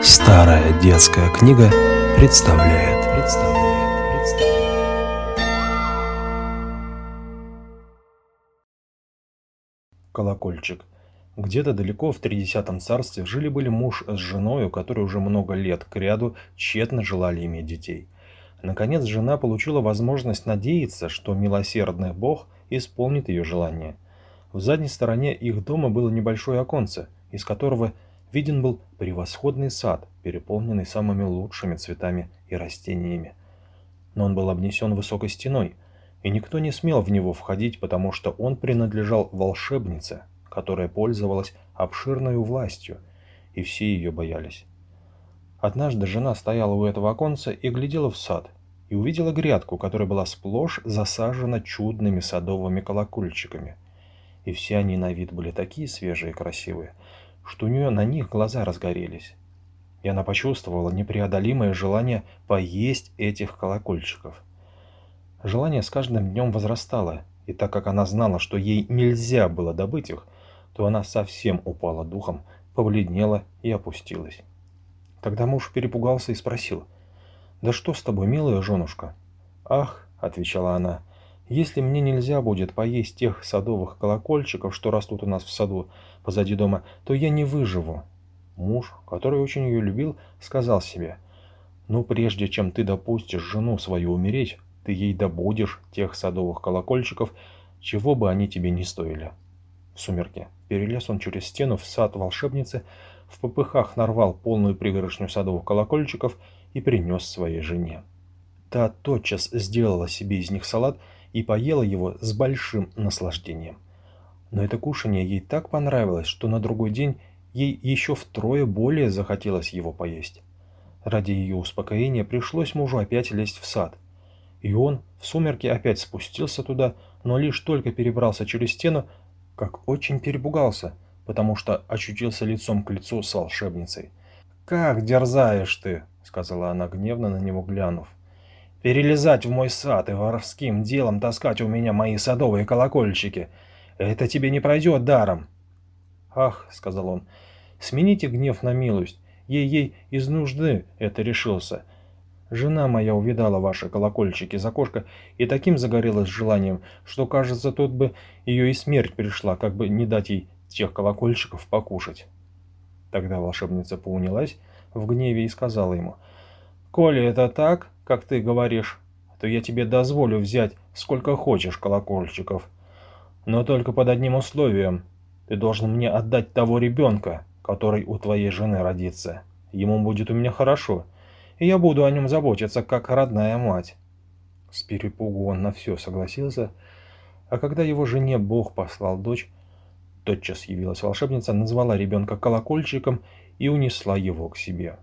Старая детская книга представляет. Колокольчик. Где-то далеко в Тридесятом царстве жили-были муж с женою, которые уже много лет кряду тщетно желали иметь детей. Наконец жена получила возможность надеяться, что милосердный Бог исполнит ее желание. В задней стороне их дома было небольшое оконце, из которого виден был превосходный сад, переполненный самыми лучшими цветами и растениями. Но он был обнесен высокой стеной, и никто не смел в него входить, потому что он принадлежал волшебнице, которая пользовалась обширной властью, и все ее боялись. Однажды жена стояла у этого оконца и глядела в сад, и увидела грядку, которая была сплошь засажена чудными садовыми колокольчиками. И все они на вид были такие свежие и красивые, что у нее на них глаза разгорелись. И она почувствовала непреодолимое желание поесть этих колокольчиков. Желание с каждым днем возрастало, и так как она знала, что ей нельзя было добыть их, то она совсем упала духом, побледнела и опустилась. Тогда муж перепугался и спросил: «Да что с тобой, милая женушка?» «Ах», — отвечала она, — «если мне нельзя будет поесть тех садовых колокольчиков, что растут у нас в саду позади дома, то я не выживу». Муж, который очень ее любил, сказал себе: «Ну, прежде чем ты допустишь жену свою умереть, ты ей добудешь тех садовых колокольчиков, чего бы они тебе ни стоили». В сумерки перелез он через стену в сад волшебницы, в попыхах нарвал полную пригоршню садовых колокольчиков и принес своей жене. Та тотчас сделала себе из них салат и поела его с большим наслаждением. Но это кушанье ей так понравилось, что на другой день ей еще втрое более захотелось его поесть. Ради ее успокоения пришлось мужу опять лезть в сад. И он в сумерки опять спустился туда, но лишь только перебрался через стену, как очень перепугался, потому что очутился лицом к лицу с волшебницей. «Как дерзаешь ты!» — сказала она, гневно на него глянув. «Перелезать в мой сад и воровским делом таскать у меня мои садовые колокольчики! Это тебе не пройдет даром!» «Ах!» — сказал он, — «смените гнев на милость, ей из нужды это решился. Жена моя увидала ваши колокольчики из окошка и таким загорелась желанием, что, кажется, тут бы ее и смерть пришла, как бы не дать ей тех колокольчиков покушать». Тогда волшебница поунялась в гневе и сказала ему: «Коли это так, как ты говоришь, то я тебе дозволю взять сколько хочешь колокольчиков, но только под одним условием. Ты должен мне отдать того ребенка, который у твоей жены родится. Ему будет у меня хорошо, и я буду о нем заботиться, как родная мать». С перепугу он на все согласился, а когда его жене Бог послал дочь, тотчас явилась волшебница, назвала ребенка Колокольчиком и унесла его к себе.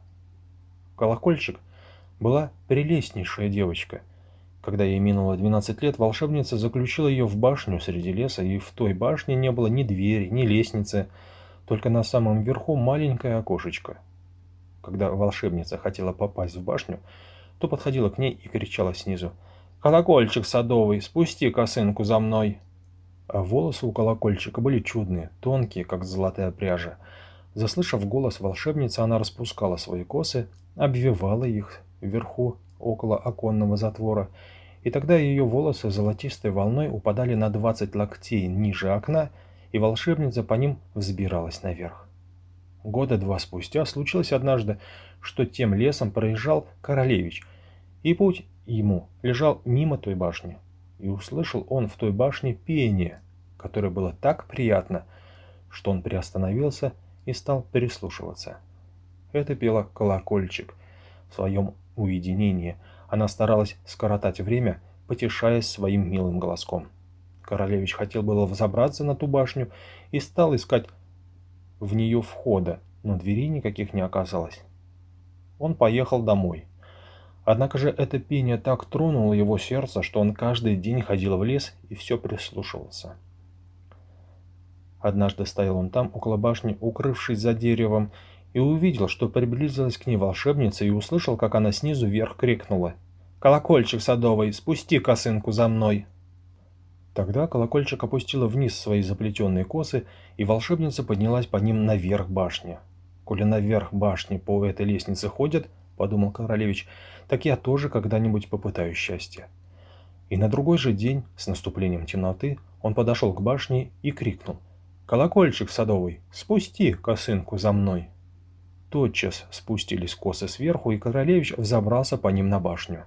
Колокольчик была прелестнейшая девочка. Когда ей минуло 12 лет, волшебница заключила ее в башню среди леса, и в той башне не было ни двери, ни лестницы, только на самом верху маленькое окошечко. Когда волшебница хотела попасть в башню, то подходила к ней и кричала снизу: «Колокольчик садовый, спусти косынку за мной!» А волосы у колокольчика были чудные, тонкие, как золотая пряжа. Заслышав голос волшебницы, она распускала свои косы, обвивала их вверху, около оконного затвора, и тогда ее волосы золотистой волной упадали на 20 локтей ниже окна, и волшебница по ним взбиралась наверх. Года два спустя случилось однажды, что тем лесом проезжал королевич, и путь ему лежал мимо той башни. И услышал он в той башне пение, которое было так приятно, что он приостановился и стал прислушиваться. Это пела колокольчик. В своем уединении она старалась скоротать время, потешаясь своим милым голоском. Королевич хотел было взобраться на ту башню и стал искать в нее входа, но дверей никаких не оказалось. Он поехал домой. Однако же это пение так тронуло его сердце, что он каждый день ходил в лес и все прислушивался. Однажды стоял он там, около башни, укрывшись за деревом, и увидел, что приблизилась к ней волшебница, и услышал, как она снизу вверх крикнула: «Колокольчик садовый, спусти косынку за мной!» Тогда колокольчик опустила вниз свои заплетенные косы, и волшебница поднялась по ним наверх башни. «Коли наверх башни по этой лестнице ходят, — подумал королевич, — так я тоже когда-нибудь попытаю счастья». И на другой же день, с наступлением темноты, он подошел к башне и крикнул: «Колокольчик садовый, спусти косынку за мной!» Тотчас спустились косы сверху, и королевич взобрался по ним на башню.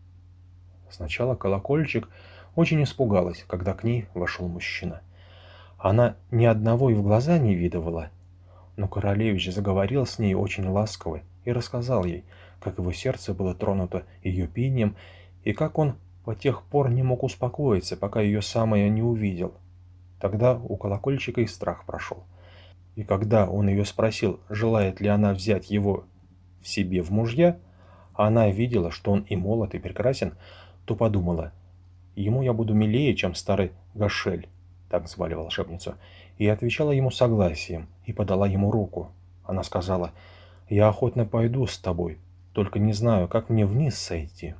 Сначала колокольчик очень испугалась, когда к ней вошел мужчина. Она ни одного и в глаза не видывала, но королевич заговорил с ней очень ласково и рассказал ей, как его сердце было тронуто ее пением, и как он по тех пор не мог успокоиться, пока ее самое не увидел. Тогда у колокольчика и страх прошел. И когда он ее спросил, желает ли она взять его в себе в мужья, а она видела, что он и молод, и прекрасен, то подумала: ему я буду милее, чем старый Гашель, так звали волшебницу, и отвечала ему согласием, и подала ему руку. Она сказала: «Я охотно пойду с тобой, только не знаю, как мне вниз сойти.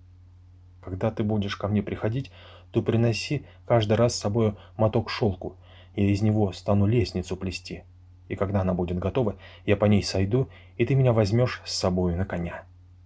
Когда ты будешь ко мне приходить, то приноси каждый раз с собой моток шелку, я из него стану лестницу плести, и когда она будет готова, я по ней сойду, и ты меня возьмешь с собой на коня».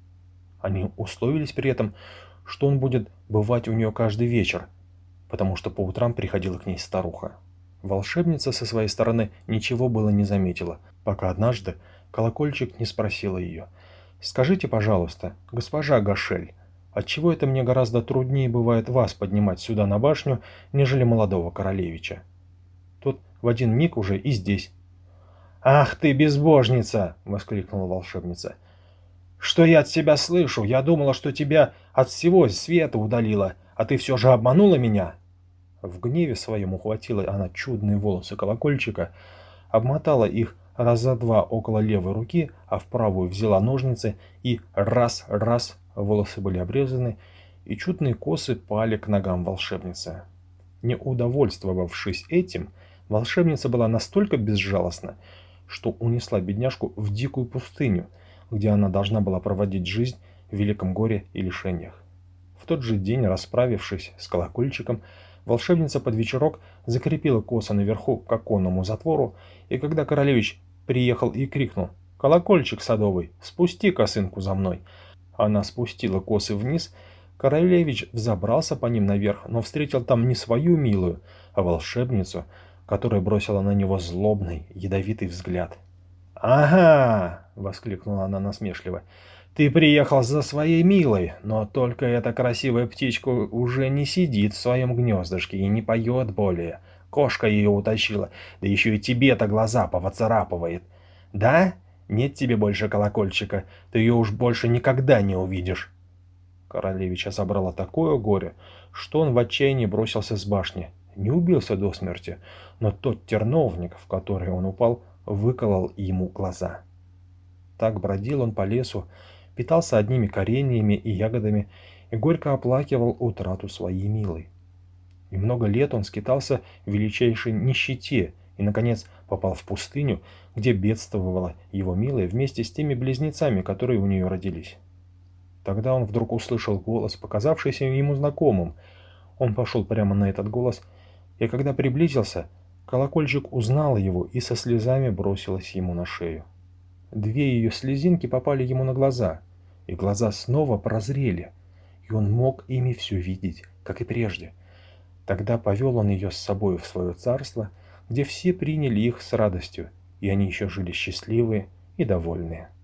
Они условились при этом, что он будет бывать у нее каждый вечер, потому что по утрам приходила к ней старуха. Волшебница со своей стороны ничего было не заметила, пока однажды колокольчик не спросила ее: «Скажите, пожалуйста, госпожа Гашель, отчего это мне гораздо труднее бывает вас поднимать сюда на башню, нежели молодого королевича? Тот в один миг уже и здесь». «Ах ты, безбожница!» — воскликнула волшебница. «Что я от себя слышу? Я думала, что тебя от всего света удалила, а ты все же обманула меня!» В гневе своем ухватила она чудные волосы колокольчика, обмотала их раза два около левой руки, а в правую взяла ножницы, и раз волосы были обрезаны, и чудные косы пали к ногам волшебницы. Не удовольствовавшись этим, волшебница была настолько безжалостна, что унесла бедняжку в дикую пустыню, где она должна была проводить жизнь в великом горе и лишениях. В тот же день, расправившись с колокольчиком, волшебница под вечерок закрепила косы наверху к оконному затвору, и когда королевич приехал и крикнул: «Колокольчик садовый, спусти косынку за мной!», она спустила косы вниз. Королевич взобрался по ним наверх, но встретил там не свою милую, а волшебницу, которая бросила на него злобный, ядовитый взгляд. «Ага!» — воскликнула она насмешливо. «Ты приехал за своей милой, но только эта красивая птичка уже не сидит в своем гнездышке и не поет более. Кошка ее утащила, да еще и тебе-то глаза повыцарапывает. Да? Нет тебе больше колокольчика, ты ее уж больше никогда не увидишь». Королевича собрало такое горе, что он в отчаянии бросился с башни. Не убился до смерти, но тот терновник, в который он упал, выколол ему глаза. Так бродил он по лесу, питался одними кореньями и ягодами и горько оплакивал утрату своей милой. И много лет он скитался в величайшей нищете и, наконец, попал в пустыню, где бедствовала его милая вместе с теми близнецами, которые у нее родились. Тогда он вдруг услышал голос, показавшийся ему знакомым. Он пошел прямо на этот голос, и когда приблизился, колокольчик узнала его и со слезами бросилась ему на шею. Две ее слезинки попали ему на глаза, и глаза снова прозрели, и он мог ими все видеть, как и прежде. Тогда повел он ее с собой в свое царство, где все приняли их с радостью, и они еще жили счастливые и довольные.